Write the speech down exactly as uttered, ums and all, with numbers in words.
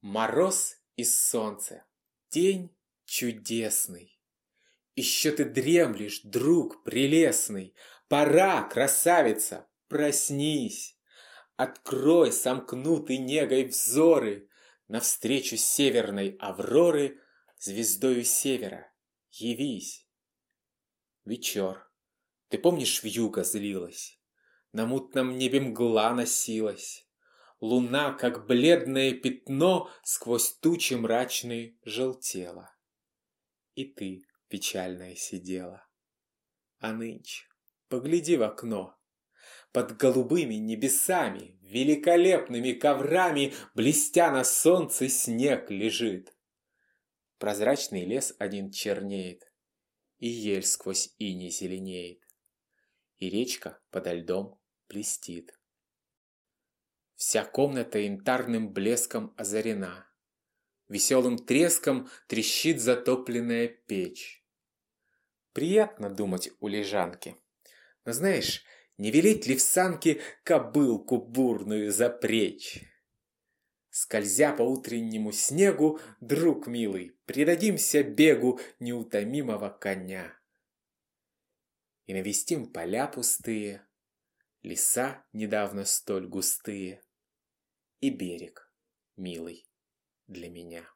Мороз и солнце, день чудесный. Еще ты дремлешь, друг прелестный. Пора, красавица, проснись. Открой сомкнутый негой взоры навстречу северной авроры, звездою севера явись. Вечер, ты помнишь, вьюга злилась, на мутном небе мгла носилась. Луна, как бледное пятно, сквозь тучи мрачные желтела. И ты, печальная, сидела. А нынче погляди в окно. Под голубыми небесами, великолепными коврами, блестя на солнце, снег лежит. Прозрачный лес один чернеет, и ель сквозь иней зеленеет, и речка подо льдом блестит. Вся комната янтарным блеском озарена. Веселым треском трещит затопленная печь. Приятно думать у лежанки. Но знаешь, не велеть ли в санке кобылку бурную запречь? Скользя по утреннему снегу, друг милый, предадимся бегу неутомимого коня. И навестим поля пустые, леса недавно столь густые, и берег, милый, для меня.